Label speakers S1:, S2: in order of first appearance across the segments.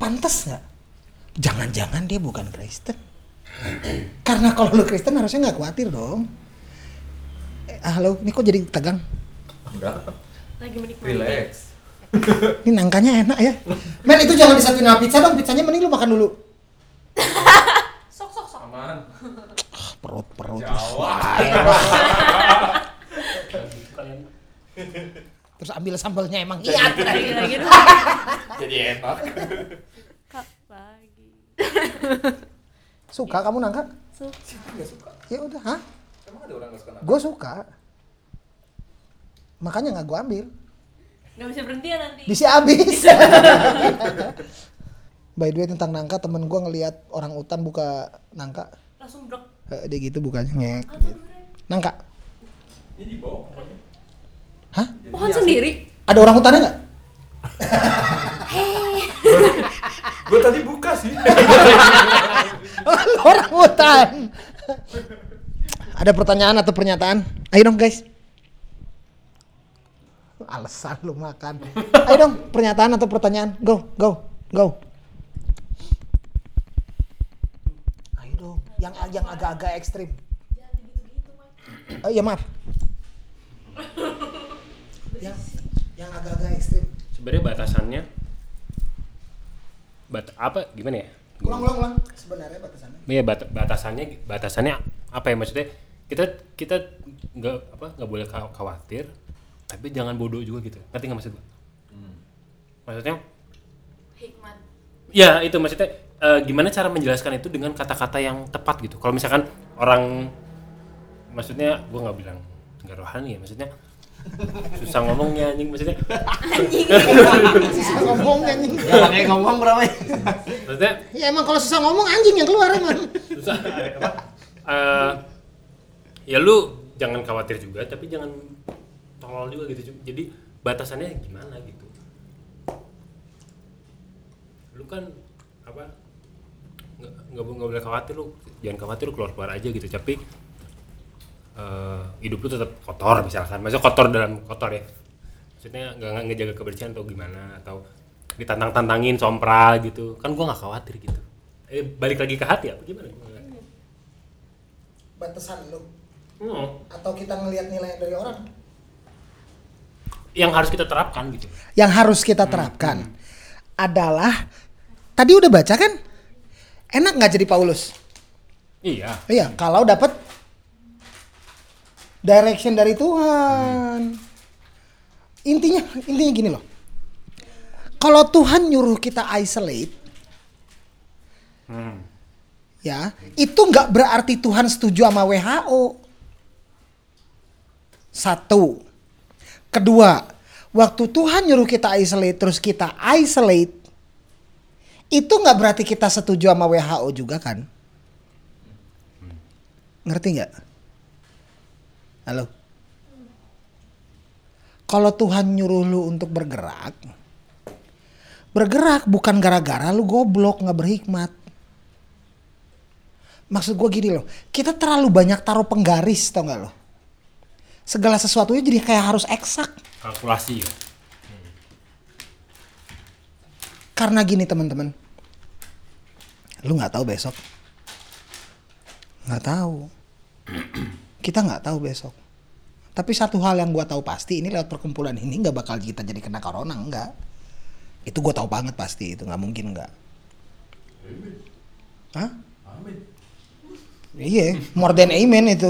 S1: pantas nggak? Jangan-jangan dia bukan Kristen. Karena kalau lu Kristen harusnya nggak khawatir dong. Halo, ini kok jadi tegang?
S2: Enggak.
S3: Lagi menikmati.
S2: Relax.
S1: Ini nangkanya enak ya. Men, itu jangan disatuin sama pizza dong. Pizzanya mending lu makan dulu.
S3: Sok.
S2: Aman.
S1: Perut.
S2: Jawa.
S1: Terus ambil sambalnya emang iya.
S3: Lagi gitu.
S2: Jadi enak.
S3: Kak lagi.
S1: Suka kamu nangka?
S2: Siapa enggak suka?
S1: Ya udah, hah?
S2: Emang ada orang enggak suka nangka?
S1: Gue suka. Makanya nggak gue ambil.
S3: Gak bisa berhenti ya nanti.
S1: Bisa habis. By the way tentang nangka, temen gue ngelihat orang utan buka nangka.
S3: Langsung brok.
S1: Dia gitu bukanya ngek.
S3: Apa
S1: Gitu.
S3: durian?
S1: Nangka.
S2: Ini di bawah pokoknya.
S1: Hah?
S3: Pohon sendiri.
S1: Ada orang utannya nggak?
S2: Gue tadi buka sih.
S1: Orang hutan. Ada pertanyaan atau pernyataan? Ayo dong guys. Alasan lu makan. Ayo dong, pernyataan atau pertanyaan. Go. Ayo dong, yang agak-agak ekstrim. Oh iya maaf. Yang agak-agak ekstrim.
S4: Sebenarnya batasannya gimana ya?
S1: Ulang. Sebenarnya batasannya.
S4: Iya, batasannya apa ya, maksudnya? Kita nggak boleh khawatir, tapi jangan bodoh juga gitu. Ngerti nggak maksud gua? Maksudnya?
S3: Hikmat.
S4: Ya itu maksudnya gimana cara menjelaskan itu dengan kata-kata yang tepat gitu. Kalau misalkan orang, maksudnya gua nggak bilang nggak rohani ya, maksudnya susah ngomongnya anjing, maksudnya.
S1: Susah ngomong anjing.
S5: Ya pakai ngomong berapa ya?
S4: Maksudnya
S1: Ya emang kalau susah ngomong anjing yang keluar emang.
S4: susah. Ya lu jangan khawatir juga, tapi jangan tolol juga gitu. Jadi batasannya gimana gitu. Lu kan nggak boleh khawatir, lu jangan khawatir, lu keluar aja gitu. Tapi hidup lu tetap kotor misalkan, maksudnya kotor dalam kotor ya, maksudnya nggak ngejaga kebersihan atau gimana, atau ditantangin sompra gitu kan, gua nggak khawatir gitu. Balik lagi ke hati apa gimana?
S1: Batasan lu.
S4: Atau
S1: kita ngelihat nilai dari orang?
S4: Yang harus kita terapkan gitu.
S1: Yang harus kita terapkan adalah, tadi udah baca kan, enak nggak jadi Paulus? Iya, kalau dapat direction dari Tuhan. Intinya gini loh. Kalau Tuhan nyuruh kita isolate, ya, itu nggak berarti Tuhan setuju sama WHO. Satu. Kedua, waktu Tuhan nyuruh kita isolate, terus kita isolate, itu nggak berarti kita setuju sama WHO juga kan? Ngerti nggak? Halo? Kalau Tuhan nyuruh lu untuk bergerak bukan gara-gara lu goblok, nggak berhikmat. Maksud gue gini loh, kita terlalu banyak taruh penggaris, tau nggak lo? Segala sesuatunya jadi kayak harus eksak.
S4: Kalkulasi ya.
S1: Karena gini teman-teman, lu nggak tahu besok, nggak tahu, kita nggak tahu besok. Tapi satu hal yang gue tahu pasti, ini lewat perkumpulan ini nggak bakal kita jadi kena corona, enggak. Itu gue tahu banget pasti, itu nggak mungkin enggak. Hah?
S2: Amin.
S1: Iya, more than amen itu.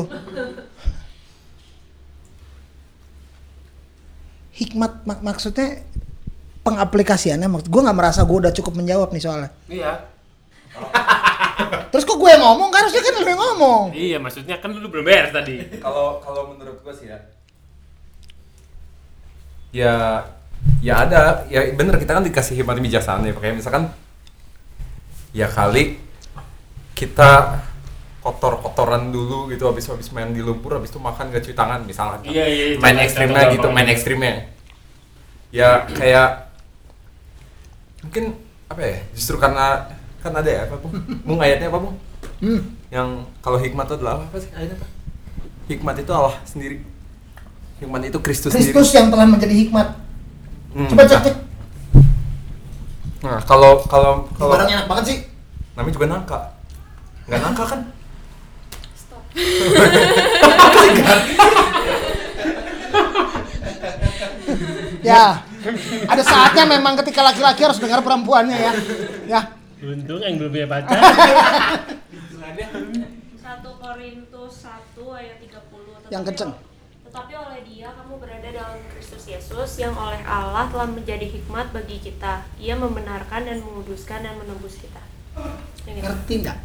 S1: Hikmat maksudnya pengaplikasiannya, gue nggak merasa gue udah cukup menjawab nih soalnya.
S4: Iya.
S1: Terus kok gue yang ngomong? Harusnya kan lu yang ngomong.
S4: Iya, maksudnya kan lu belum beres tadi.
S2: Kalau menurut gue sih ya ada, ya bener, kita kan dikasih hikmat bijaksana ya, kayak misalkan ya kali kita kotor-kotoran dulu gitu, habis main di lumpur, habis itu makan gak cuci tangan misalkan.
S4: Iya,
S2: main ekstrimnya gitu, main ekstrimnya. Ya kayak mungkin apa ya? Justru karena kan ada ya apa, Bung, ayatnya apa, Bung? Yang kalau hikmat itu adalah apa sih ayatnya, Pak? Hikmat itu Allah sendiri. Hikmat itu Kristus sendiri.
S1: Kristus yang telah menjadi hikmat. Coba cek.
S2: Nah, kalau
S1: Barangnya enak banget sih.
S2: namanya juga nangka. Nggak nangka kan?
S3: Stop.
S1: Ya, ada saatnya memang ketika laki-laki harus dengar perempuannya ya. Ya,
S4: Untung yang belum punya pacar.
S3: 1 Korintus 1 ayat 30.
S1: Yang kenceng.
S3: Tetapi oleh Dia kamu berada dalam Kristus Yesus yang oleh Allah telah menjadi hikmat bagi kita. Ia membenarkan dan menguduskan dan menebus kita. Yang itu.
S1: ngerti nggak?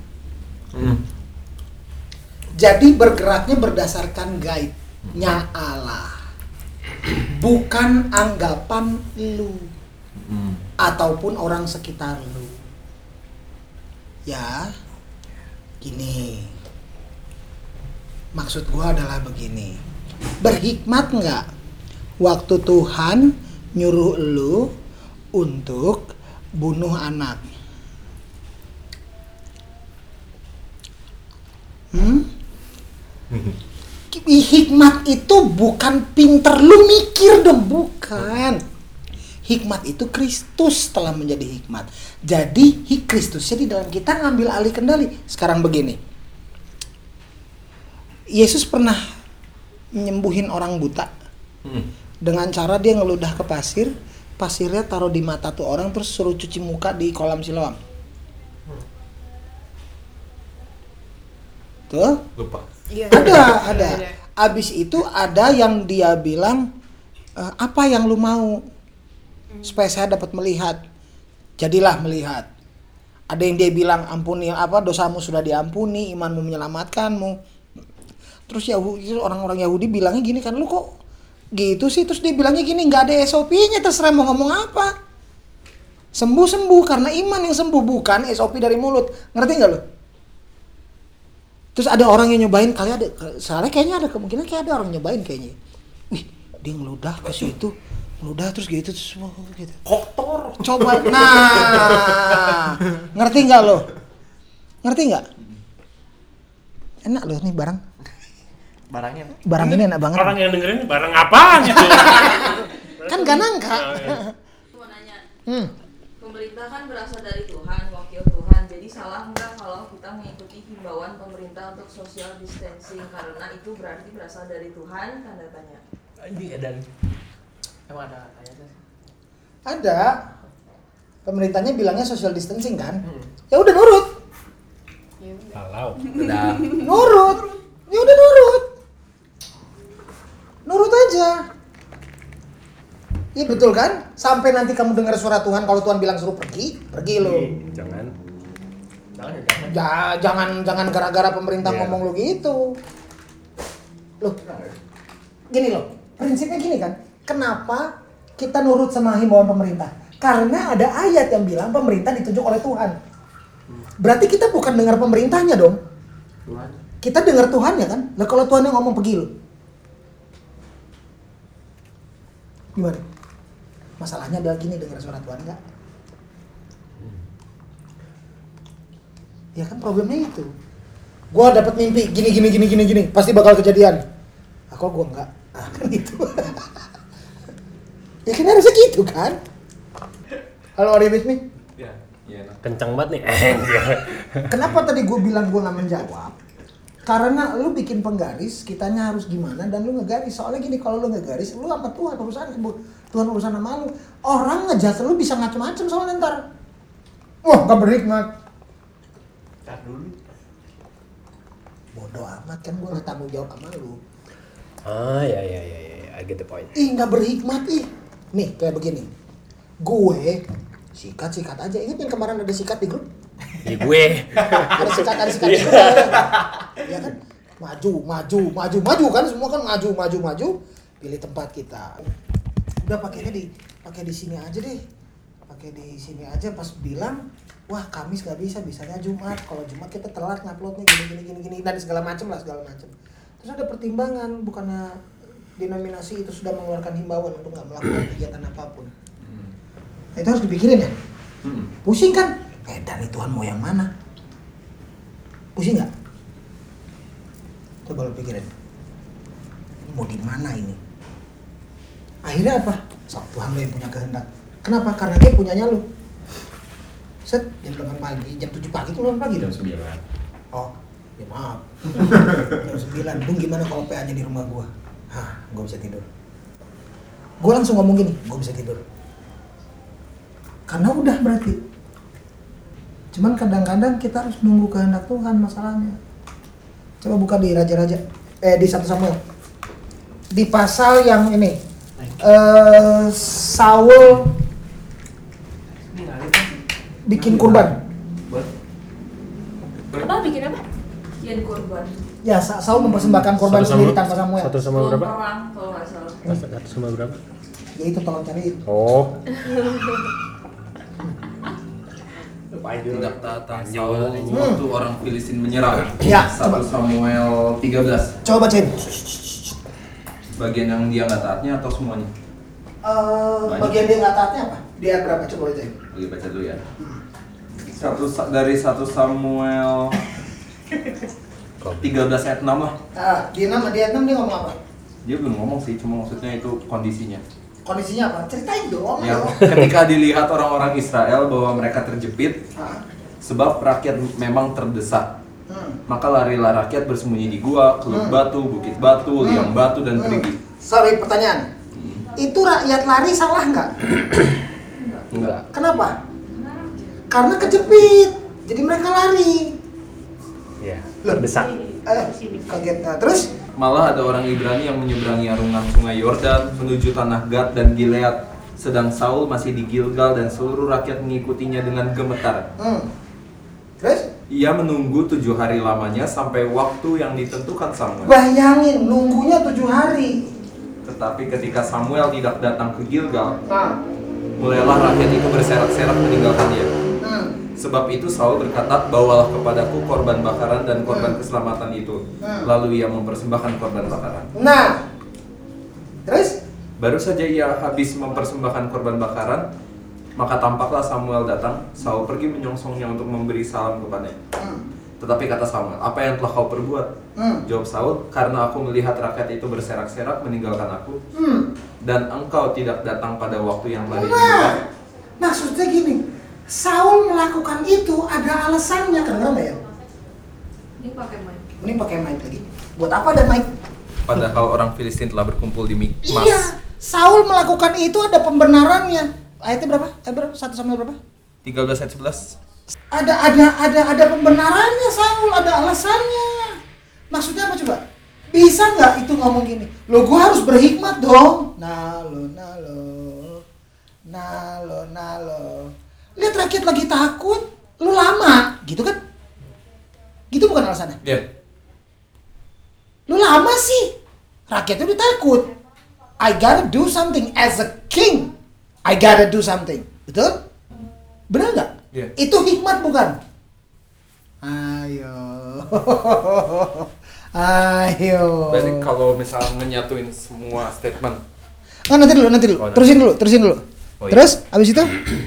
S1: Jadi bergeraknya berdasarkan guide-nya Allah. Bukan anggapan lu ataupun orang sekitar lu. Ya, gini. Maksud gua adalah begini. Berhikmat nggak waktu Tuhan nyuruh lu untuk bunuh anak? Hikmat itu bukan pinter lu mikir dong, bukan. Hikmat itu Kristus telah menjadi hikmat. Jadi Kristusnya di dalam kita ngambil alih kendali. Sekarang begini, Yesus pernah nyembuhin orang buta dengan cara dia ngeludah ke pasir, pasirnya taruh di mata tuh orang terus suruh cuci muka di kolam Siloam. Tuh.
S2: Lupa.
S1: Ada. Abis itu ada yang dia bilang, apa yang lu mau supaya saya dapat melihat? Jadilah melihat. Ada yang dia bilang, ampuni dosamu sudah diampuni, imanmu menyelamatkanmu. Terus orang-orang Yahudi bilangnya gini kan, lu kok gitu sih? Terus dia bilangnya gini, nggak ada SOP-nya, terserah mau ngomong apa. Sembuh karena iman yang sembuh, bukan SOP dari mulut. Ngerti nggak lu? Terus ada orang yang nyobain, soalnya kayaknya ada kemungkinan kayak ada orang nyobain kayaknya. Wih, dia ngeludah ke situ, ngeludah terus gitu. Kotor. Coba, nah, ngerti nggak lo? Ngerti nggak? Enak loh nih barang. Barang ini enak banget.
S4: Orang yang dengerin barang apaan gitu.
S1: Kan gak nangka.
S5: Mau nanya,
S3: Pemerintah kan berasal dari Tuhan, wakil Tuhan. Jadi salah nggak kalau kita mengikuti himbauan pemerintah untuk social distancing karena itu berarti berasal dari Tuhan? Tanda tanya.
S5: ini dan emang ada ayatnya sih.
S1: Ada. Pemerintahnya bilangnya social distancing kan? Ya udah nurut.
S4: Kalau
S1: Nurut. Ya udah nurut. Nurut aja. Iya betul kan? Sampai nanti kamu dengar suara Tuhan, kalau Tuhan bilang suruh pergi lo.
S4: jangan.
S1: Jangan gara-gara pemerintah
S4: Iya.
S1: ngomong lo gitu. Loh. Gini loh, prinsipnya gini kan. Kenapa kita nurut sama himbauan pemerintah? Karena ada ayat yang bilang pemerintah ditunjuk oleh Tuhan. Berarti kita bukan dengar pemerintahnya dong. Kita dengar Tuhannya kan? Lah kalau Tuhan yang ngomong pergi lo. Gimana? Masalahnya adalah gini, dengar suara Tuhan enggak? Ya kan problemnya itu. Gua dapat mimpi gini, pasti bakal kejadian. Aku gua enggak. Ah, kan gitu. Ya kan harusnya gitu kan? Halo, are you with me?
S2: Iya, enak.
S4: Kencang banget nih.
S1: Kenapa tadi gue bilang gue nggak menjawab? Karena lu bikin penggaris, kitanya harus gimana dan lu ngegaris. Soalnya gini, kalau lu ngegaris, lu sama Tuhan urusan, Tuhan urusan sama lu. Orang ngejat lu bisa macem-macem soalnya ntar. Wah, gak berhikmat.
S5: Tar dulu.
S1: Bodoh amat kan, gue nggak tanggung jawab sama lu.
S4: Ya, I get the point.
S1: Ih, nggak berhikmat ih. Nih, kayak begini. Gue sikat aja. Ingat yang kemarin ada sikat di grup?
S4: Ya gue.
S1: Ada sikat di grup. Ya kan? Maju kan, semua kan maju. Pilih tempat kita. Udah pakai di sini aja deh. Pakai di sini aja. Pas bilang, wah Kamis nggak bisa, bisanya Jumat. Kalau Jumat kita telat nguploadnya gini dan segala macem. Terus ada pertimbangan, bukannya denominasi itu sudah mengeluarkan himbauan untuk nggak melakukan kegiatan apapun. Nah, itu harus dipikirin ya. Pusing kan? Dan Tuhan mau yang mana? Pusing nggak? Coba lo pikirin. Mau di mana ini? Akhirnya apa? Tuhan lo yang punya kehendak. Kenapa? Karena dia punyanya lo. Set, jam 8 pagi, jam 7 pagi tuh 8 pagi
S2: Jam
S1: dong?
S2: 9.
S1: Oh, ya maaf. Jam 9, Bung gimana kalau PA-nya di rumah gua? Hah, gua bisa tidur. Gua langsung ngomong gini, gua bisa tidur. Karena udah berarti. Cuman kadang-kadang kita harus nunggu kehendak Tuhan masalahnya. Coba buka di Raja-Raja, di 1 Samuel. Di pasal yang ini, Saul bikin kurban.
S3: Apa bikin apa? Bikin kurban.
S1: Ya, Saul mempersembahkan korban sendiri tanpa Samuel.
S4: 1 sama berapa?
S3: Perang kalau nggak salah.
S4: 1 sama berapa?
S1: Ya itu tolong cariin.
S4: Oh.
S2: Tidak taat Saul waktu orang Filistin menyerang.
S1: Ya,
S2: 1
S1: coba.
S2: Samuel 13.
S1: Coba bacain.
S2: Bagian yang dia nggak taatnya atau semuanya?
S1: Bagian dia nggak taatnya apa? Dia berapa? Coba bacain.
S2: Oke, baca dulu ya. Dari 1 Samuel 13 ayat 6 lah.
S1: Di 6 dia ngomong apa?
S2: Dia belum ngomong sih, cuma maksudnya itu kondisinya.
S1: Kondisinya apa? Ceritain dong.
S2: Ya, ketika dilihat orang-orang Israel bahwa mereka terjepit, sebab rakyat memang terdesak. Maka larilah rakyat bersembunyi di gua, keluk batu, bukit batu, liang batu, dan perigi.
S1: Sorry, pertanyaan. Itu rakyat lari salah nggak?
S2: Enggak.
S1: Kenapa? Karena kejepit. Jadi mereka lari.
S4: Iya, terdesak.
S1: Kaget. Nah, terus?
S2: Malah ada orang Ibrani yang menyeberangi arungan sungai Yordan menuju tanah Gad dan Gilead, sedang Saul masih di Gilgal dan seluruh rakyat mengikutinya dengan gemetar.
S1: Terus?
S2: Ia menunggu 7 hari lamanya sampai waktu yang ditentukan Samuel.
S1: Bayangin, nunggunya 7 hari.
S2: Tetapi ketika Samuel tidak datang ke Gilgal, mulailah rakyat itu berserak-serak meninggalkan dia. Sebab itu Saul berkata, bawalah kepadaku korban bakaran dan korban keselamatan itu. Lalu ia mempersembahkan korban bakaran.
S1: Nah, terus?
S2: Baru saja ia habis mempersembahkan korban bakaran, maka tampaklah Samuel datang. Saul pergi menyongsongnya untuk memberi salam kepadanya. Tetapi kata Samuel, apa yang telah kau perbuat? Jawab Saul, karena aku melihat rakyat itu berserak-serak meninggalkan aku, dan engkau tidak datang pada waktu yang telah ditentukan.
S1: Maksudnya gini, Saul melakukan itu ada alasannya, kedengeran nggak ya?
S3: Ini pakai mic.
S1: Ini pakai mic lagi. Buat apa ada mic?
S2: Padahal orang Filistin telah berkumpul di Mikmas.
S1: Iya, Saul melakukan itu ada pembenarannya. Ayatnya berapa? Ayat berapa? 1 Samuel berapa?
S2: 13 ayat 11.
S1: Ada pembenarannya Saul, ada alasannya. Maksudnya apa coba? Bisa nggak itu ngomong gini? Lo gue harus berhikmat dong. Nalo. Lihat rakyat lagi takut, lu lama, gitu kan? Gitu bukan alasannya?
S2: Iya.
S1: Lu lama sih, rakyatnya udah takut. I gotta do something as a king. I gotta do something, betul? Benar nggak?
S2: Iya.
S1: Itu hikmat bukan? Ayo.
S2: Berarti kalau misalnya menyatuin semua statement,
S1: Nanti dulu. Terusin dulu.
S2: Oh, iya.
S1: Terus, abis itu?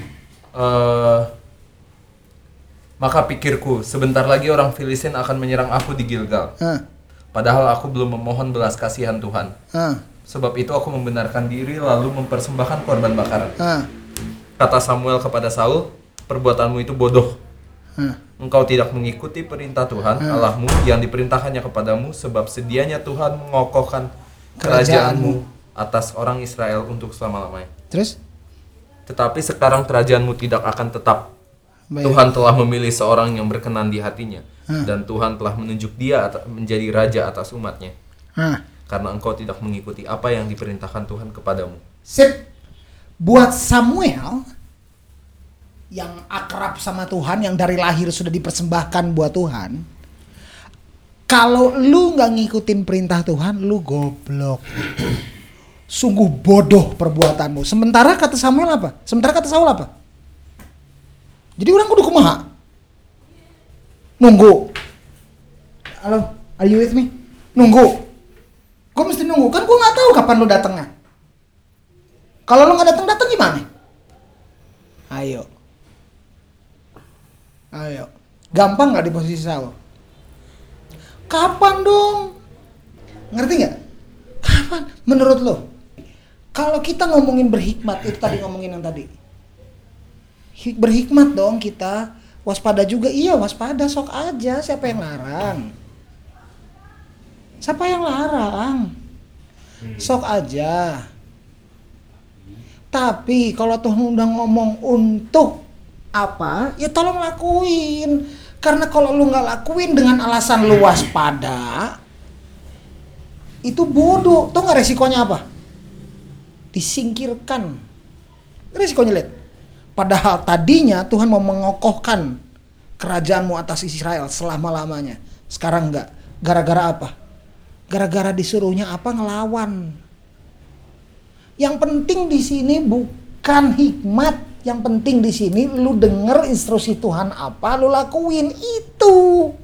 S2: maka pikirku, sebentar lagi orang Filistin akan menyerang aku di Gilgal. Padahal aku belum memohon belas kasihan Tuhan. Sebab itu aku membenarkan diri lalu mempersembahkan korban bakaran. Kata Samuel kepada Saul, perbuatanmu itu bodoh. Engkau tidak mengikuti perintah Tuhan Allahmu yang diperintahkannya kepadamu, sebab sedianya Tuhan mengokohkan kerajaanmu atas orang Israel untuk selama-lamanya.
S1: Terus?
S2: Tetapi sekarang kerajaanmu tidak akan tetap.
S1: Baik.
S2: Tuhan telah memilih seorang yang berkenan di hatinya, dan Tuhan telah menunjuk dia menjadi raja atas umatnya. Karena engkau tidak mengikuti apa yang diperintahkan Tuhan kepadamu.
S1: Sip. Buat Samuel yang akrab sama Tuhan, yang dari lahir sudah dipersembahkan buat Tuhan, kalau lu nggak ngikutin perintah Tuhan, lu goblok. Sungguh bodoh perbuatanmu. Sementara kata Saul apa? Jadi orang kudu kumaha? Nunggu. Halo, are you with me? Nunggu. Gue mesti nunggu, kan gue nggak tahu kapan lu datangnya. Kalau lu nggak datang gimana? Ayo. Gampang nggak di posisi Saul? Kapan dong? Ngerti nggak? Kapan? Menurut lo? Kalau kita ngomongin berhikmat, itu tadi ngomongin yang tadi. Berhikmat dong kita. Waspada juga, iya waspada, sok aja, siapa yang larang? Siapa yang larang? Sok aja. Tapi kalau Tuhan udah ngomong untuk apa, ya tolong lakuin. Karena kalau lu nggak lakuin dengan alasan lu waspada, itu bodoh. Tau nggak resikonya apa? Disingkirkan. Resikonya lihat. Padahal tadinya Tuhan mau mengokohkan kerajaanmu atas Israel selama-lamanya. Sekarang enggak. Gara-gara apa? Gara-gara disuruhnya apa? Ngelawan. Yang penting di sini bukan hikmat. Yang penting di sini lu denger instruksi Tuhan apa, lu lakuin itu.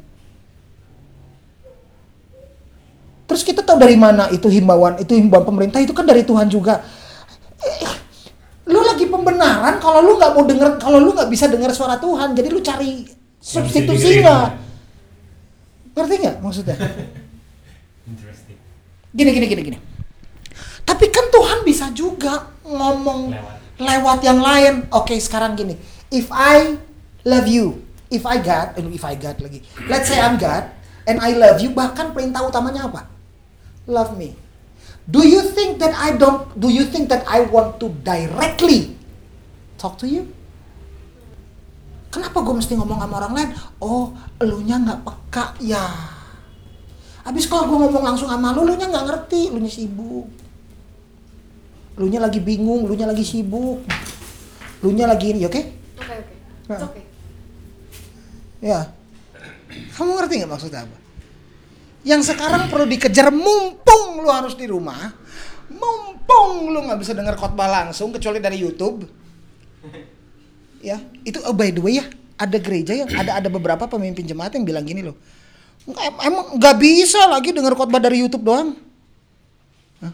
S1: Terus kita tahu dari mana itu himbauan pemerintah itu kan dari Tuhan juga. Lu lagi pembenaran kalau lu nggak mau denger, kalau lu nggak bisa dengar suara Tuhan, jadi lu cari substitusinya. Ngerti nggak maksudnya?
S4: Interesting.
S1: Gini. Tapi kan Tuhan bisa juga ngomong lewat yang lain. Oke, sekarang gini. If I love you, if I God lagi. Let's say I'm God and I love you, bahkan perintah utamanya apa? Love me. Do you think that I want to directly talk to you? Kenapa gue mesti ngomong sama orang lain? Oh, elunya nggak peka ya. Abis kalau gue ngomong langsung sama lu, elunya nggak ngerti, elunya sibuk. Elunya lagi bingung, elunya lagi sibuk. Elunya lagi ini, oke? Oke. Ya. Kamu ngerti nggak maksudnya apa? Yang sekarang perlu dikejar mumpung lu harus di rumah, mumpung lu nggak bisa dengar khotbah langsung kecuali dari YouTube. Ya, itu by the way ya, ada gereja yang ada beberapa pemimpin jemaat yang bilang gini loh, emang nggak bisa lagi dengar khotbah dari YouTube doang. Hah?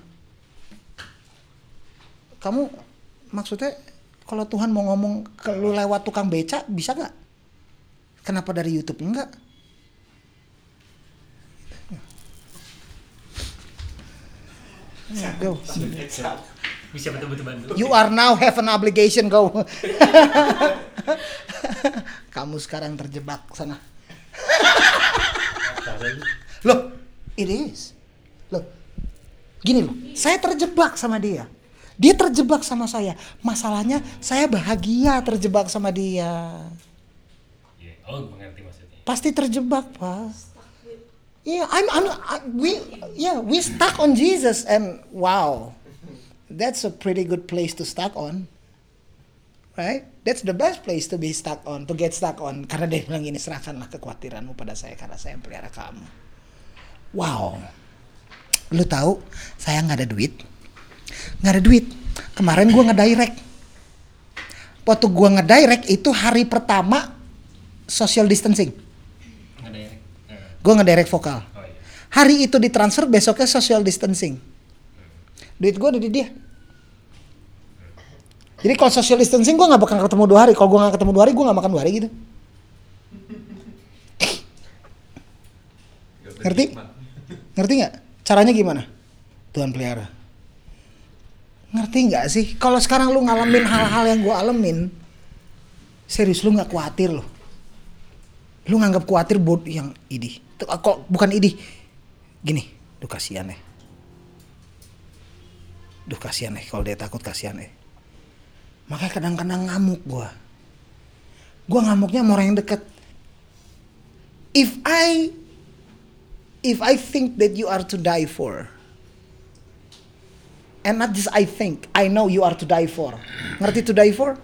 S1: Kamu maksudnya kalau Tuhan mau ngomong ke lu lewat tukang beca bisa nggak? Kenapa dari YouTube enggak? Go.
S4: Bisa betul-betul bantu.
S1: You are now have an obligation, go. Kamu sekarang terjebak sana. Loh, it is. Loh, gini loh, saya terjebak sama dia. Dia terjebak sama saya. Masalahnya saya bahagia terjebak sama dia.
S4: Oh, mengerti maksudnya.
S1: Pasti terjebak, Pak. Yeah, we stuck on Jesus and wow, that's a pretty good place to stuck on, right? That's the best place to be stuck on, to get stuck on. Karena dia bilang gini, serahkanlah kekhawatiranmu pada saya karena saya yang pelihara kamu. Wow, lu tahu saya nggak ada duit. Kemarin gue ngedirect. Waktu gue ngedirect itu hari pertama social distancing. Gue ngedirect vokal. Hari itu ditransfer, besoknya social distancing. Duit gue ada di dia. Jadi kalau social distancing gue gak bakal ketemu 2 hari. Kalau gue gak ketemu 2 hari, gue gak makan 2 hari gitu. Ngerti gak? Caranya gimana? Tuhan pelihara. Ngerti gak sih? Kalau sekarang lu ngalamin hal-hal yang gue alamin, serius lu gak khawatir loh. Lu nganggap khawatir yang idih. Kok bukan idih. Gini, duh kasihan kalau dia takut, kasihan Makanya kadang-kadang ngamuk gua ngamuknya sama orang yang dekat. If I think that you are to die for, and not just I think, I know you are to die for. Ngerti to die for?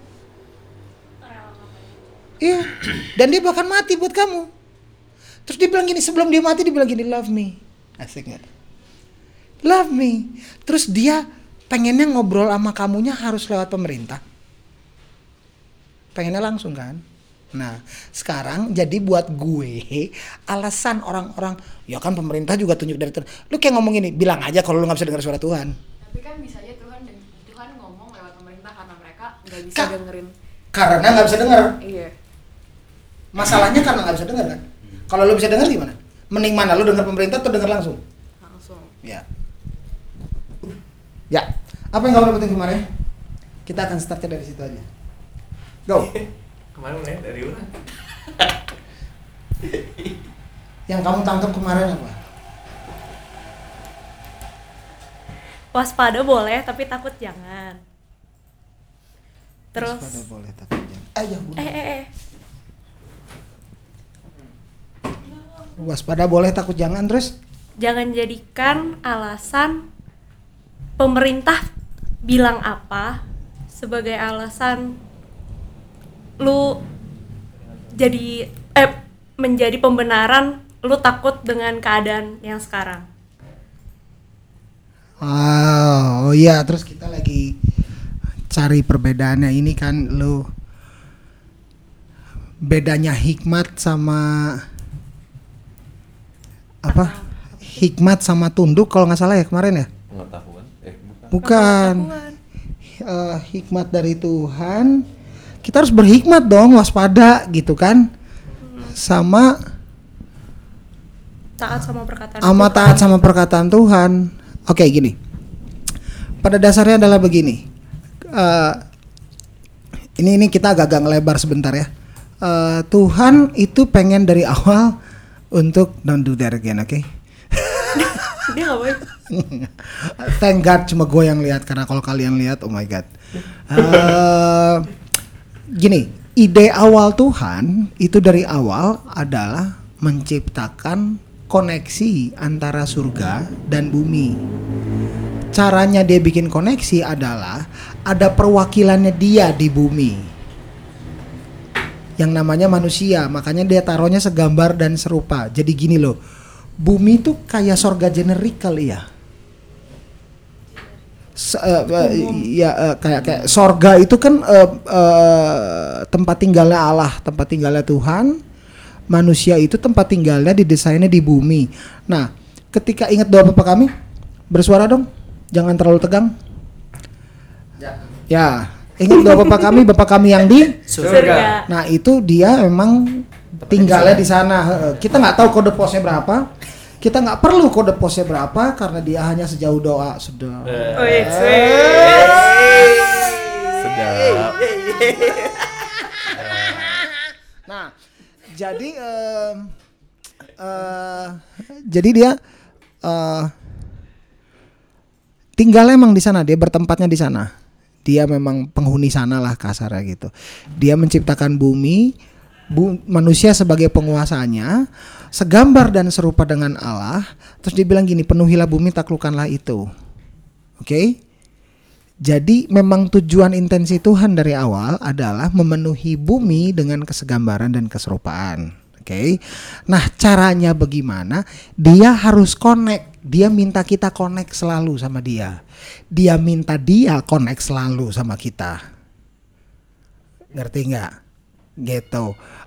S1: Iya, dan dia bahkan mati buat kamu. Terus dia bilang gini, sebelum dia mati dia bilang gini, love me. Asik gak? Love me. Terus dia pengennya ngobrol sama kamunya harus lewat pemerintah. Pengennya langsung kan? Nah, sekarang jadi buat gue alasan orang-orang, ya kan pemerintah juga tunjuk dari Tuhan. Lu kayak ngomong gini, bilang aja kalau lu gak bisa dengar suara Tuhan.
S3: Tapi kan bisa aja Tuhan ngomong lewat pemerintah karena mereka gak bisa dengerin.
S1: Karena gak bisa denger.
S3: Iya.
S1: Masalahnya karena gak bisa denger kan? Kalau lu bisa denger gimana? Mending mana? Lu denger pemerintah atau denger langsung?
S3: Langsung.
S1: Ya. Apa yang kamu dapetin kemarin? Kita akan startnya dari situ aja. Go.
S2: Kemarin nih dari orang.
S1: Yang kamu tangkap kemarin apa?
S6: Waspada boleh tapi takut jangan. Terus
S1: Waspada boleh tapi jangan. Ya udah. Waspada boleh takut jangan, terus
S6: Jangan jadikan alasan pemerintah bilang apa sebagai alasan lu jadi menjadi pembenaran lu takut dengan keadaan yang sekarang.
S1: oh iya, terus kita lagi cari perbedaannya ini kan, lu bedanya hikmat sama apa? Hikmat sama tunduk kalau nggak salah ya kemarin ya?
S2: Pengetahuan?
S1: Bukan. Hikmat dari Tuhan. Kita harus berhikmat dong, waspada gitu kan? Sama
S6: Taat sama perkataan
S1: taat sama perkataan Tuhan. Oke, gini. Pada dasarnya adalah begini. Ini kita agak ngelebar sebentar ya. Tuhan itu pengen dari awal untuk don't do that again, oke?
S6: Dia nggak boleh.
S1: Thank God cuma gue yang lihat, karena kalau kalian lihat, oh my God. Gini, ide awal Tuhan itu dari awal adalah menciptakan koneksi antara surga dan bumi. Caranya dia bikin koneksi adalah ada perwakilannya dia di bumi, yang namanya manusia. Makanya dia taruhnya segambar dan serupa. Jadi gini loh, bumi itu kayak sorga generik kali ya. Kayak sorga itu kan tempat tinggalnya Allah, tempat tinggalnya Tuhan. Manusia itu tempat tinggalnya didesainnya di bumi. Nah, ketika ingat doa Bapa kami, bersuara dong, jangan terlalu tegang. Ya, ingat doa Bapa kami yang di
S6: Surga.
S1: Nah, itu dia memang tinggalnya di sana. Kita nggak tahu kode posnya berapa. Kita nggak perlu kode posnya berapa karena dia hanya sejauh doa sudah.
S2: Sedap.
S1: Nah, jadi dia tinggalnya emang di sana, dia bertempatnya di sana. Dia memang penghuni sana lah kasarnya gitu. Dia menciptakan bumi, manusia sebagai penguasanya, segambar dan serupa dengan Allah. Terus dibilang gini, penuhilah bumi, taklukkanlah itu. Oke? Jadi memang tujuan intensi Tuhan dari awal adalah memenuhi bumi dengan kesegambaran dan keserupaan. Oke. Nah, caranya bagaimana? Dia harus connect. Dia minta kita connect selalu sama dia. Dia minta dia connect selalu sama kita. Ngerti nggak? Gitu.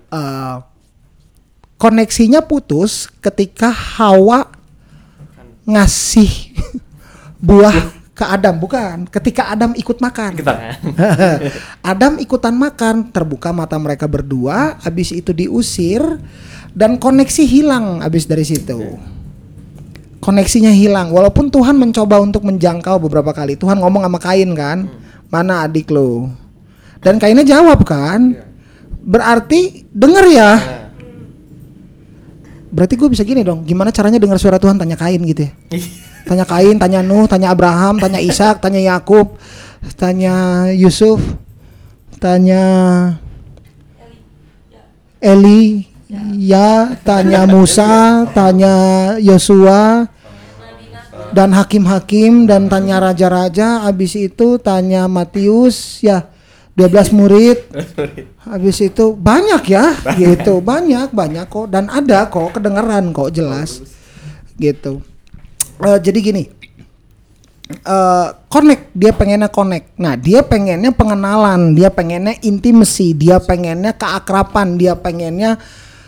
S1: Koneksinya putus ketika Hawa ngasih buah ke Adam, bukan. Ketika Adam ikut makan. Adam ikutan makan, terbuka mata mereka berdua, habis itu diusir dan koneksi hilang habis dari situ. Koneksinya hilang. Walaupun Tuhan mencoba untuk menjangkau beberapa kali. Tuhan ngomong sama Kain kan, "Mana adik lo?" Dan Kainnya jawab kan. Berarti denger ya. Berarti gue bisa gini dong, gimana caranya dengar suara Tuhan? Tanya Kain gitu ya. Tanya Kain, tanya Nuh, tanya Abraham, tanya Ishak, tanya Yakub, tanya Yusuf, tanya Eli, ya, tanya Musa, tanya Yosua, dan hakim-hakim, dan tanya raja-raja. Habis itu tanya Matius, ya, 12 murid. Habis itu banyak ya, gitu, banyak kok, dan ada kok, kedengeran kok, jelas, gitu. Jadi gini, connect, dia pengennya connect. Nah, dia pengennya pengenalan, dia pengennya intimacy, dia pengennya keakraban, dia pengennya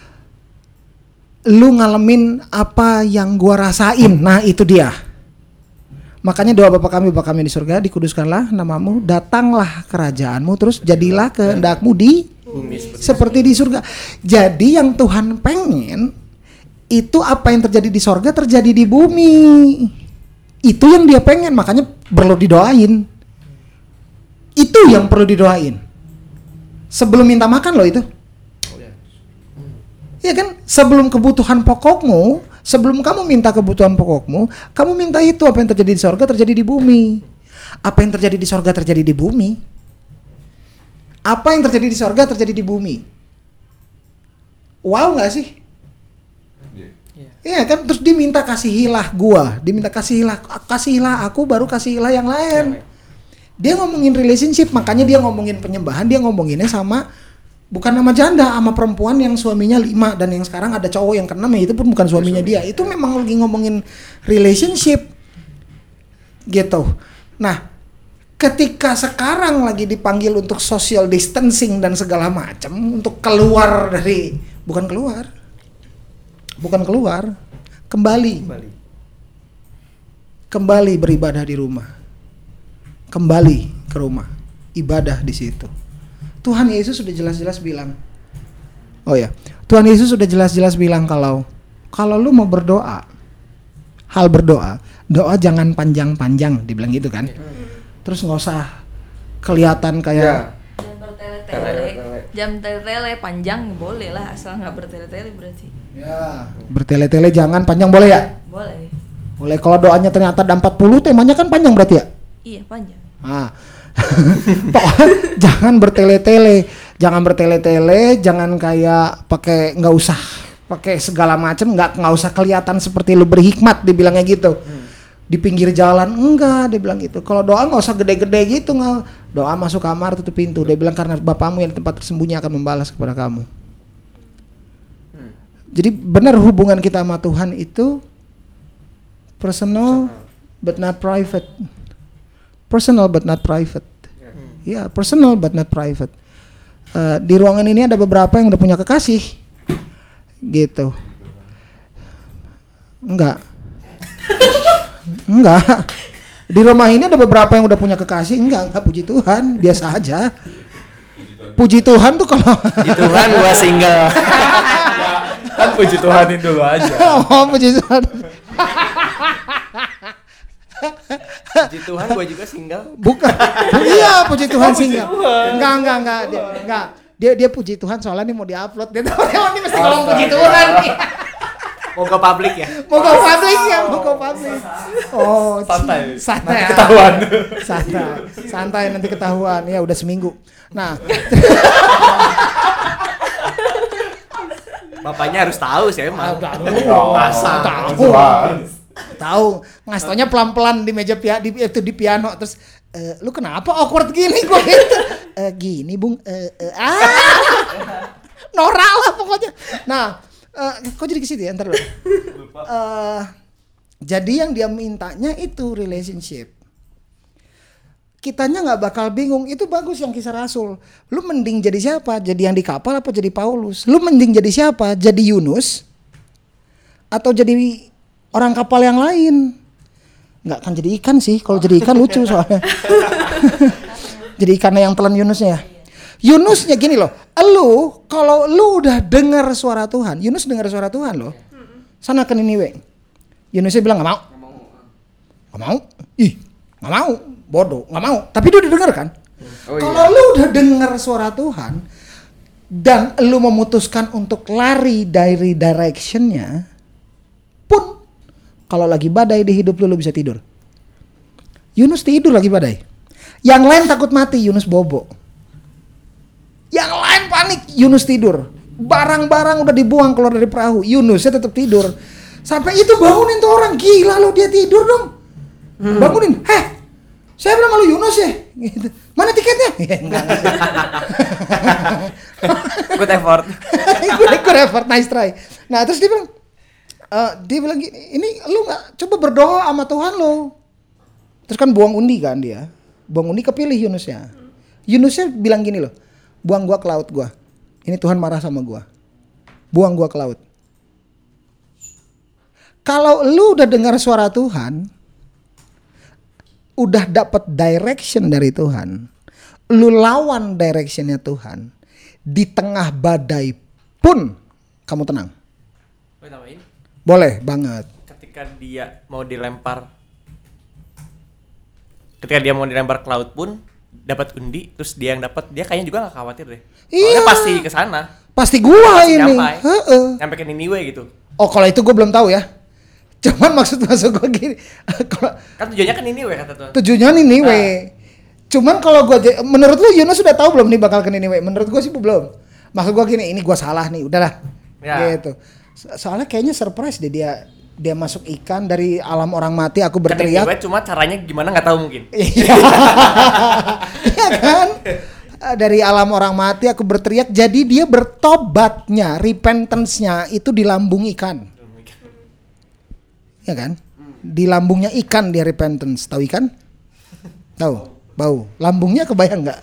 S1: lu ngalamin apa yang gua rasain. Nah, itu dia. Makanya doa Bapa kami di surga, dikuduskanlah namamu, datanglah kerajaanmu, terus jadilah kehendakmu di bumi seperti di surga. Jadi yang Tuhan pengen itu apa yang terjadi di sorga terjadi di bumi. Itu yang dia pengen, makanya perlu didoain. Itu yang perlu didoain. Sebelum minta makan loh itu. Iya kan? Sebelum kebutuhan pokokmu, sebelum kamu minta kebutuhan pokokmu, kamu minta itu. Apa yang terjadi di sorga terjadi di bumi. Apa yang terjadi di sorga terjadi di bumi. Apa yang terjadi di sorga terjadi di bumi. Wow nggak sih? Iya kan? Terus diminta kasihilah gua, diminta kasihilah aku, baru kasihilah yang lain. Dia ngomongin relationship, makanya dia ngomongin penyembahan, dia ngomonginnya sama bukan nama janda, sama perempuan yang suaminya 5 dan yang sekarang ada cowok yang ke-6 ya, itu pun bukan suaminya dia. Itu memang lagi ngomongin relationship. Gitu. Nah, ketika sekarang lagi dipanggil untuk social distancing dan segala macam, untuk keluar dari kembali beribadah di rumah, kembali ke rumah, ibadah di situ. Tuhan Yesus sudah jelas-jelas bilang, Tuhan Yesus sudah jelas-jelas bilang kalau lu mau berdoa, doa jangan panjang-panjang, dibilang gitu kan. Terus nggak usah kelihatan kayak
S3: jam tele-tele panjang boleh lah, asal nggak bertele-tele berarti.
S1: Ya, bertele-tele jangan panjang, boleh ya? Boleh. Kalau doanya ternyata ada 40, temanya kan panjang berarti ya?
S3: Iya, panjang.
S1: Pokoknya jangan bertele-tele, jangan kayak nggak usah pakai segala macam, nggak usah kelihatan seperti lu berhikmat, dibilangnya gitu. Di pinggir jalan enggak, dia bilang gitu. Kalau doa nggak usah gede-gede gitu, nggak. Doa masuk kamar tutup pintu, dia bilang karena Bapamu yang di tempat tersembunyi akan membalas kepada kamu. Jadi benar hubungan kita sama Tuhan itu personal but not private. Personal but not private. Ya, personal but not private. Di ruangan ini ada beberapa yang udah punya kekasih, gitu. Enggak. Di rumah ini ada beberapa yang udah punya kekasih, enggak puji Tuhan, biasa aja. Puji Tuhan tuh kalau
S5: Puji Tuhan gua single.
S2: Kan puji Tuhanin dulu aja.
S1: Puji Tuhan.
S5: Puji Tuhan gua juga single.
S1: Bukan. Iya, puji Tuhan single. Enggak. Dia puji Tuhan soalnya nih mau diupload. Dia tahu ini mesti ngomong puji Tuhan nih.
S5: Mau ke publik ya?
S1: Mau ke publik. Oh,
S2: Santai.
S1: Ketahuan. Santai nanti ketahuan. Ya udah seminggu. Nah.
S5: Bapaknya harus tahu sih emang.
S1: Masa tahu. Ngasih taunya pelan-pelan di meja di piano, terus lu kenapa awkward gini gua gitu. Gini, Bung. Norak lah pokoknya. Nah, kok jadi ke situ ya? Ntar dulu. Jadi yang dia mintanya itu relationship. Kitanya nggak bakal bingung. Itu bagus yang Kisah Rasul. Lu mending jadi siapa? Jadi yang di kapal apa jadi Paulus? Lu mending jadi siapa? Jadi Yunus atau jadi orang kapal yang lain? Nggak akan jadi ikan sih. Kalau jadi ikan lucu soalnya. Jadi ikannya yang telan Yunusnya. Yunusnya gini loh. Kalau lu udah dengar suara Tuhan, Yunus dengar suara Tuhan loh. Sana ke Niniwe. Yunusnya bilang nggak mau. Nggak mau. Bodoh, nggak mau. Tapi dia udah dengar kan? Kalau lu udah dengar suara Tuhan dan lu memutuskan untuk lari dari directionnya, pun kalau lagi badai di hidup lu bisa tidur. Yunus tidur lagi badai. Yang lain takut mati, Yunus bobo. Yang lain panik, Yunus tidur. Barang-barang udah dibuang keluar dari perahu, Yunusnya tetap tidur. Sampai itu bangunin tuh orang, gila lo dia tidur dong. Bangunin, saya bilang sama lu Yunus ya. Gitu. Mana tiketnya? Enggak.
S5: Good effort.
S1: Good effort, nice try. Nah terus dia bilang gini, ini lu nggak coba berdoa sama Tuhan lo. Terus kan buang undi kan dia. Buang undi kepilih Yunusnya. Yunusnya bilang gini loh, buang gua ke laut gua. Ini Tuhan marah sama gua. Buang gua ke laut. Kalau lu udah dengar suara Tuhan, udah dapat direction dari Tuhan, lu lawan directionnya Tuhan, di tengah badai pun kamu tenang.
S5: Boleh tambahin?
S1: Boleh banget.
S5: Ketika dia mau dilempar ke laut pun dapat undi terus dia yang dapat, dia kayaknya juga nggak khawatir deh.
S1: Iya.
S5: Soalnya pasti ke sana.
S1: Pasti gua
S5: Pasti
S1: ini.
S5: nyampe.
S1: Heeh.
S5: Nyampe ke Niniwe gitu.
S1: Oh, kalau itu gua belum tahu ya. Cuman maksud gua gini, kalau
S5: Kan tujuannya ke Niniwe kata Tuhan.
S1: tujuannya Niniwe. Cuman kalau gua menurut lu Yunus sudah tahu belum nih bakal ke Niniwe? Menurut gua sih belum. Maksud gua gini, ini gua salah nih, udahlah.
S5: Ya.
S1: Gitu. Soalnya kayaknya surprise deh dia masuk ikan dari alam orang mati, aku
S5: Ke
S1: berteriak.
S5: Niniwe cuma caranya gimana nggak tahu mungkin.
S1: Iya. Iya kan? Dari alam orang mati aku berteriak, jadi dia bertobatnya, repentance-nya itu di lambung ikan. Ya kan? Di lambungnya ikan dia repentance. Tahu ikan? Tahu? Bau. Lambungnya kebayang nggak?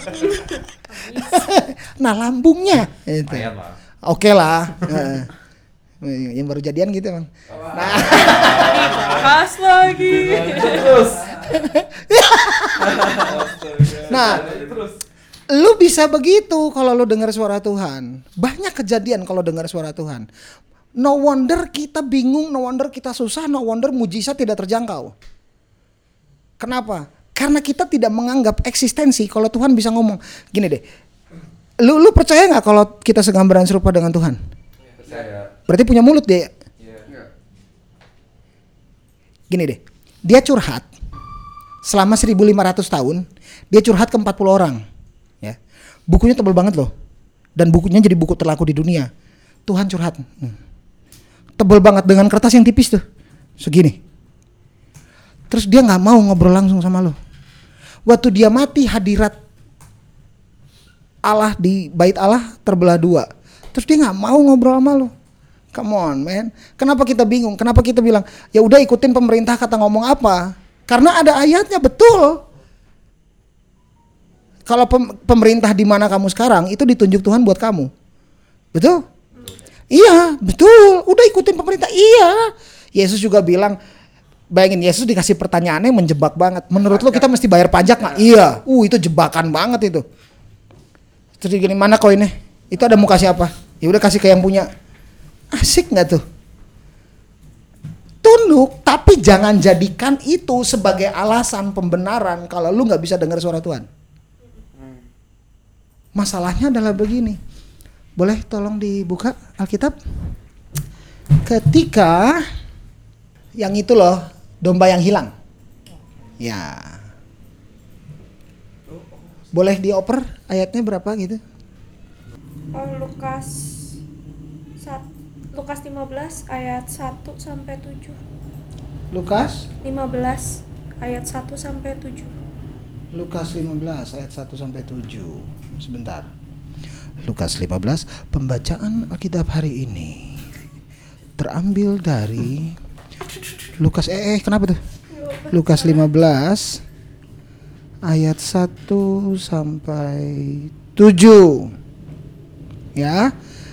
S1: Nah, lambungnya itu.
S2: Lumayan lah.
S1: Oke lah. Yang baru jadian gitu emang.
S6: Pas lagi.
S1: Nah, lu bisa begitu kalau lu dengar suara Tuhan. Banyak kejadian kalau dengar suara Tuhan. No wonder kita bingung, no wonder kita susah, no wonder mujizat tidak terjangkau. Kenapa? Karena kita tidak menganggap eksistensi kalau Tuhan bisa ngomong. Gini deh, lu percaya nggak kalau kita segambaran serupa dengan Tuhan?
S2: Percaya.
S1: Berarti punya mulut dia.
S2: Iya.
S1: Gini deh, dia curhat selama 1500 tahun, dia curhat ke 40 orang. Ya. Bukunya tebal banget loh. Dan bukunya jadi buku terlaku di dunia. Tuhan curhat. Tebal banget dengan kertas yang tipis tuh. Segini. Terus dia gak mau ngobrol langsung sama lo. Waktu dia mati, hadirat Allah di bait Allah terbelah dua. Terus dia gak mau ngobrol sama lo. Come on man. Kenapa kita bingung? Kenapa kita bilang ya udah ikutin pemerintah kata ngomong apa? Karena ada ayatnya, betul. Kalau pemerintah di mana kamu sekarang itu ditunjuk Tuhan buat kamu. Betul? Iya, betul. Udah ikutin pemerintah. Iya. Yesus juga bilang, bayangin Yesus dikasih pertanyaannya menjebak banget. Menurut lo kita mesti bayar pajak nggak? Iya. Itu jebakan banget itu. Terus gini, mana koinnya? Itu ada mau kasih apa? Ya udah kasih ke yang punya. Asik nggak tuh? Tunduk, tapi jangan jadikan itu sebagai alasan pembenaran kalau lu nggak bisa dengar suara Tuhan. Masalahnya adalah begini. Boleh tolong dibuka Alkitab? Ketika yang itu loh, domba yang hilang. Ya. Boleh dioper ayatnya berapa gitu?
S6: Oh, Lukas 15 ayat 1 sampai 7.
S1: Lukas
S6: 15 ayat 1 sampai 7.
S1: Lukas 15 ayat 1 sampai 7. Sebentar. Lukas 15, pembacaan Alkitab hari ini terambil dari Lukas kenapa tuh? Lukas 15 ayat 1 sampai 7. Ya.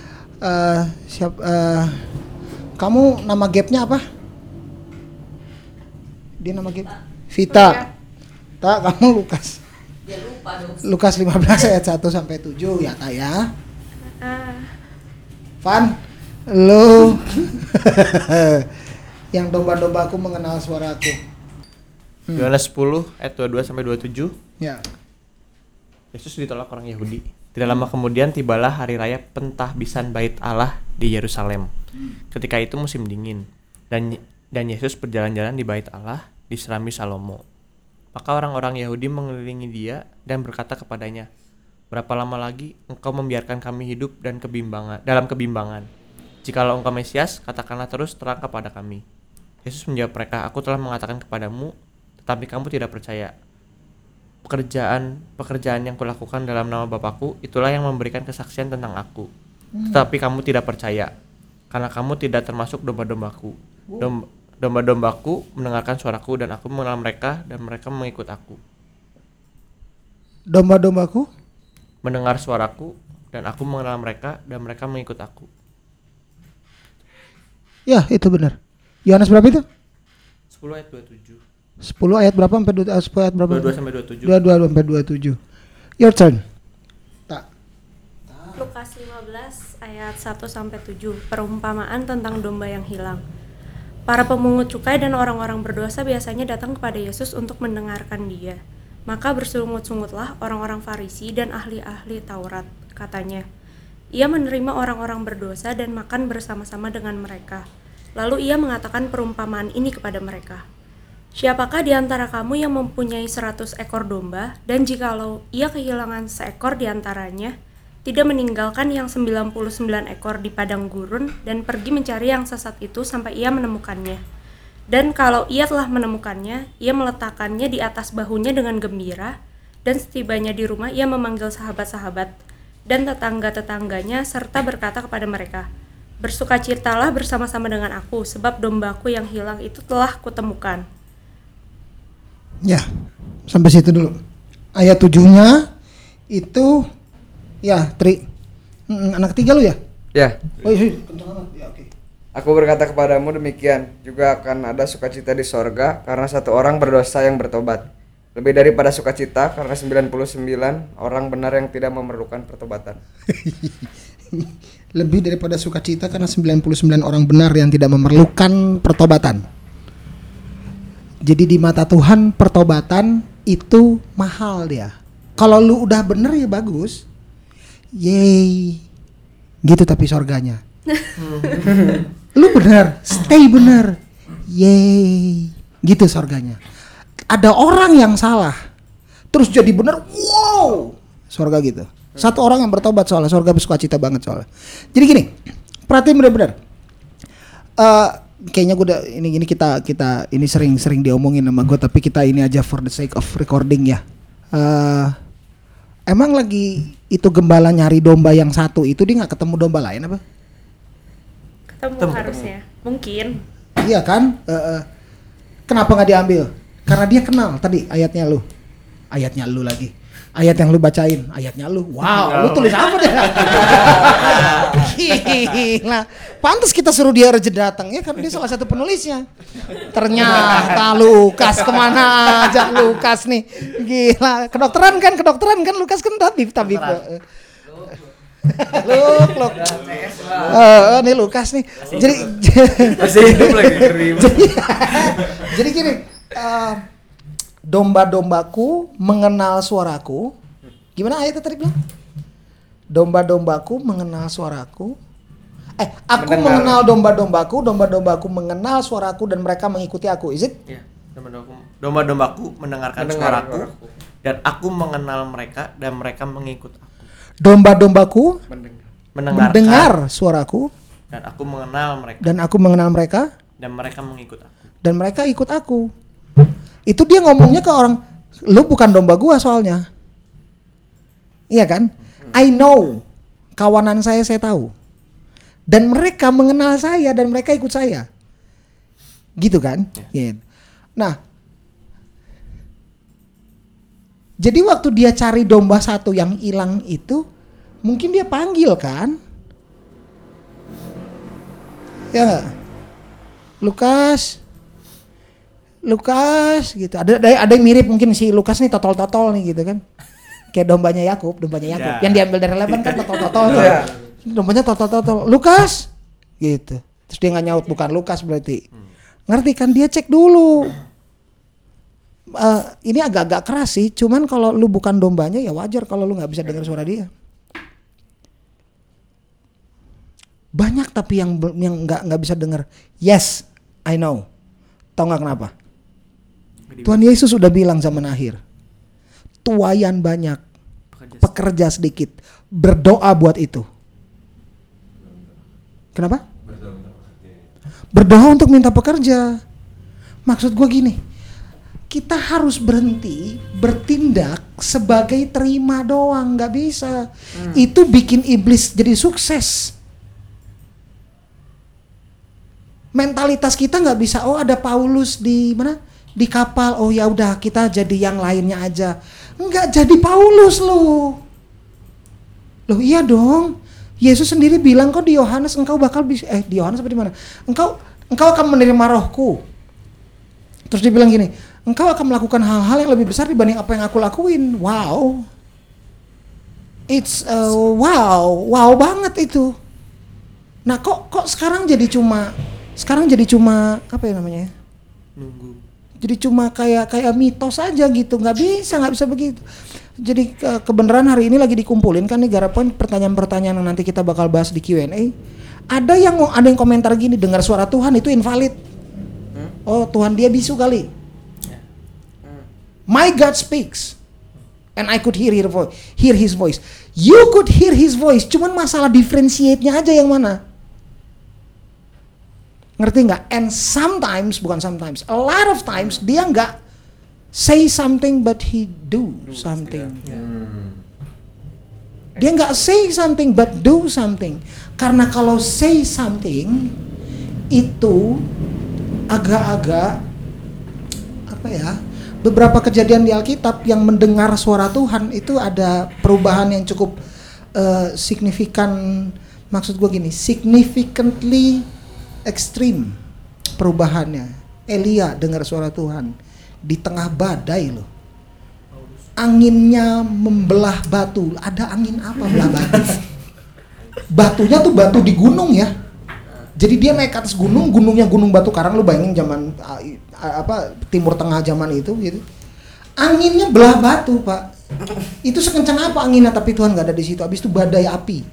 S1: Kamu nama gapnya apa? Dia nama gap Vita. Tak, kamu Lukas.
S3: Dia lupa dong.
S1: Lukas 15 ayat 1 sampai 7 ya, Tak ya. Van, lu yang domba-dombaku mengenal suaraku.
S5: Yohanes 10 ayat 22 sampai 27.
S1: Ya.
S5: Yesus ditolak orang Yahudi. Tidak lama kemudian tibalah hari raya pentahbisan bait Allah di Yerusalem. Ketika itu musim dingin dan Yesus berjalan-jalan di bait Allah di Serambi Salomo. Maka orang-orang Yahudi mengelilingi dia dan berkata kepadanya, "Berapa lama lagi engkau membiarkan kami hidup dan dalam kebimbangan? Jikalau engkau Mesias, katakanlah terus terang kepada kami." Yesus menjawab mereka, "Aku telah mengatakan kepadamu, tetapi kamu tidak percaya. Pekerjaan yang kulakukan dalam nama Bapakku, itulah yang memberikan kesaksian tentang aku. Tetapi kamu tidak percaya, karena kamu tidak termasuk domba-dombaku. Domba-dombaku mendengarkan suaraku dan aku mengenal mereka dan mereka mengikut aku.
S1: Domba-dombaku
S5: Mendengar suaraku dan aku mengenal mereka dan mereka mengikut aku."
S1: ya, itu benar. Yohanes berapa itu?
S5: 10 ayat 27.
S1: 10 ayat berapa sampai 10 ayat berapa?
S5: 22 sampai 27.
S1: 22 sampai 27. Your turn. Tak.
S6: Lukas 15 ayat 1 sampai 7. Perumpamaan tentang domba yang hilang. Para pemungut cukai dan orang-orang berdosa biasanya datang kepada Yesus untuk mendengarkan dia. Maka bersungut-sungutlah orang-orang Farisi dan ahli-ahli Taurat, katanya. Ia menerima orang-orang berdosa dan makan bersama-sama dengan mereka. Lalu ia mengatakan perumpamaan ini kepada mereka. Siapakah di antara kamu yang mempunyai 100 ekor domba, dan jikalau ia kehilangan seekor di antaranya, tidak meninggalkan yang 99 ekor di padang gurun dan pergi mencari yang sesat itu sampai ia menemukannya. Dan kalau ia telah menemukannya, ia meletakkannya di atas bahunya dengan gembira, dan setibanya di rumah ia memanggil sahabat-sahabat dan tetangga-tetangganya serta berkata kepada mereka, "Bersukacitalah bersama-sama dengan aku, sebab dombaku yang hilang itu telah kutemukan."
S1: Ya, sampai situ dulu. Ayat 7-nya itu ya, Tri. Anak ketiga lu ya?
S7: Ya,
S1: Oh iya, kencang amat. Ya, oke.
S7: aku berkata kepadamu demikian, juga akan ada sukacita di sorga karena satu orang berdosa yang bertobat. Lebih daripada sukacita karena 99 orang benar yang tidak memerlukan pertobatan.
S1: Lebih daripada sukacita karena 99 orang benar yang tidak memerlukan pertobatan. Jadi di mata Tuhan pertobatan itu mahal dia. Kalau lu udah bener ya bagus. Yeay. Gitu tapi sorganya. Lu bener, stay bener. Yeay. Gitu sorganya. Ada orang yang salah terus jadi bener, wow, sorga gitu. Satu orang yang bertobat soalnya sorga bersukacita banget soalnya. Jadi gini, perhatiin bener-bener. Kayaknya gue udah ini kita ini sering diomongin sama gue, tapi kita ini aja for the sake of recording ya. Emang lagi itu gembala nyari domba yang satu itu dia nggak ketemu domba lain apa?
S6: Ketemu harusnya. Mungkin.
S1: Iya kan? Kenapa nggak diambil? Karena dia kenal tadi ayatnya lu lagi. Ayat yang lu bacain, ayatnya lu. Wow, lu tulis apa deh? Gila. Pantas kita suruh dia rejet datang ya, karena dia salah satu penulisnya. Ternyata Lukas kemana aja Lukas nih. Gila. Kedokteran kan Lukas kan tabib. Luk. Nih Lukas nih. Jadi
S7: Masih hidup lagi kering.
S1: Jadi gini, domba-dombaku mengenal suaraku. Gimana ayatnya tadi bilang? Domba-dombaku mengenal suaraku. Aku mengenal domba-dombaku, domba-dombaku mengenal suaraku dan mereka mengikuti aku. Is it?
S5: Ya, domba-dombaku mendengarkan suaraku dan aku mengenal mereka dan mereka mengikut aku.
S1: Domba-dombaku mendengar suaraku
S5: dan aku mengenal mereka
S1: dan
S5: mereka mengikut aku.
S1: Dan mereka ikut aku. Itu dia ngomongnya ke orang, lu bukan domba gua soalnya. Iya kan? I know. Kawanan saya tahu. Dan mereka mengenal saya dan mereka ikut saya. Gitu kan? Gitu. Nah, jadi waktu dia cari domba satu yang hilang itu, mungkin dia panggil kan? Ya nggak? Lukas gitu. Ada yang mirip mungkin si Lukas nih totol-totol nih gitu kan. Kayak dombanya Yakub yang diambil dari Laban kan totol-totol. Dombanya totol-totol. Lukas gitu. Terus dia nggak nyaut, bukan Lukas berarti. Ngerti kan, dia cek dulu. Ini agak-agak keras sih, cuman kalau lu bukan dombanya ya wajar kalau lu nggak bisa dengar suara dia. Banyak tapi yang nggak bisa dengar. Yes, I know. Tahu nggak kenapa? Tuhan Yesus sudah bilang zaman akhir, tuayan banyak, pekerja sedikit. Berdoa buat itu. Kenapa? Berdoa untuk minta pekerja. Maksud gue gini, kita harus berhenti bertindak sebagai terima doang, nggak bisa. Itu bikin iblis jadi sukses. Mentalitas kita nggak bisa. Oh, ada Paulus di mana? Di kapal. Oh ya udah, kita jadi yang lainnya aja. Enggak, jadi Paulus lu. Loh iya dong. Yesus sendiri bilang kok di Yohanes engkau bakal bisa. Di Yohanes apa di mana? Engkau akan menerima rohku. Terus dia bilang gini, engkau akan melakukan hal-hal yang lebih besar dibanding apa yang aku lakuin. Wow. It's wow banget itu. Nah kok sekarang jadi cuma apa ya namanya? Jadi cuma kayak mitos aja gitu, nggak bisa begitu. Jadi kebenaran hari ini lagi dikumpulin kan nih Garapan, pertanyaan-pertanyaan yang nanti kita bakal bahas di Q&A. Ada yang komentar gini, dengar suara Tuhan itu invalid. Oh, Tuhan dia bisu kali. My God speaks and I could hear his voice. You could hear his voice, cuman masalah differentiate-nya aja yang mana. Ngerti nggak? And bukan sometimes, a lot of times dia nggak say something but he do something. Dia nggak say something but do something. Karena kalau say something itu agak-agak apa ya? Beberapa kejadian di Alkitab yang mendengar suara Tuhan itu ada perubahan yang cukup signifikan. Maksud gue gini, significantly ekstrim perubahannya. Elia dengar suara Tuhan di tengah badai loh. Anginnya membelah batu. Ada angin apa belah batu? Batunya tuh batu di gunung ya. Jadi dia naik ke atas gunung, gunungnya gunung Batu Karang, lu bayangin zaman Timur Tengah zaman itu gitu. Anginnya belah batu, Pak. Itu sekencang apa anginnya tapi Tuhan enggak ada di situ. Habis itu badai api.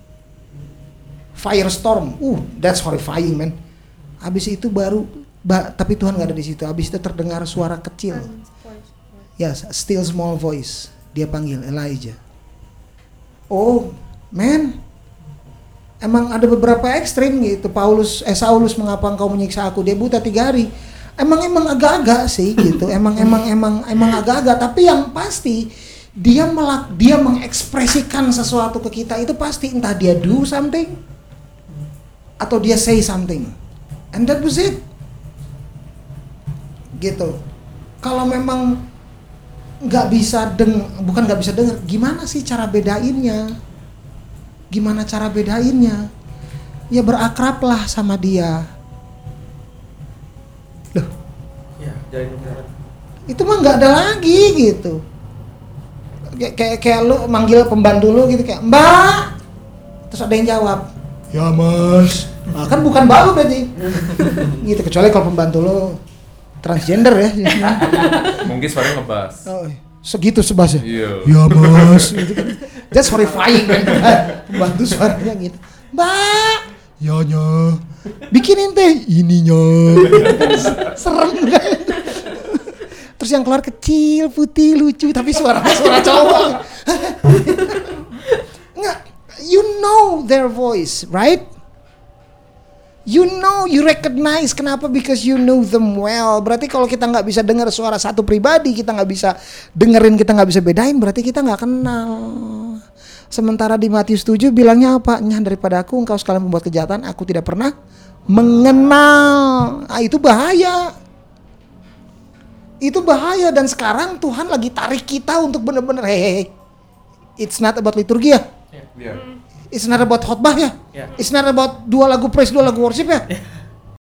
S1: Firestorm. That's horrifying, man. Habis itu baru tapi Tuhan enggak ada di situ. Habis itu terdengar suara kecil. Yes, still small voice. Dia panggil Elijah. Oh, man. Emang ada beberapa ekstrim gitu. Saulus, mengapa engkau menyiksa aku? Dia buta 3 hari. Emang agak-agak sih gitu. Emang agak-agak. Tapi yang pasti dia mengekspresikan sesuatu ke kita itu pasti entah dia do something atau dia say something. And that was it. Gitu. Kalau memang nggak bisa dengar, gimana sih cara bedainnya? Ya berakrablah sama dia. Loh.
S5: Ya,
S1: Itu mah nggak ada lagi gitu. Kayak lu manggil pembantu lu gitu kayak Mbak, terus ada yang jawab, ya Mas. Nah, kan bukan Mbak lu berarti. Gitu, kecuali kalau pembantu lu transgender ya.
S2: Mungkin suaranya ngebas.
S1: Oh, segitu sebasnya.
S2: Iya.
S1: Ya Mas. Gitu kan. That's horrifying kan. Pembantu suaranya gitu. Mbak, ya nya. Bikinin teh ininya. Serem kan. Terus yang keluar kecil, putih, lucu, tapi suara cowok. Enggak, you know their voice, right? You know, you recognize. Kenapa? Because you know them well. Berarti kalau kita nggak bisa dengar suara satu pribadi, kita nggak bisa dengerin, kita nggak bisa bedain, berarti kita nggak kenal. Sementara di Matius 7 bilangnya apa? Nyah daripada aku engkau sekalian membuat kejahatan, aku tidak pernah mengenal. Itu bahaya. Itu bahaya, dan sekarang Tuhan lagi tarik kita untuk benar-benar hey. It's not about liturgi ya.
S2: Yeah.
S1: It's not about khotbah ya.
S5: Yeah.
S1: It's not about 2 lagu praise, 2 lagu worship ya.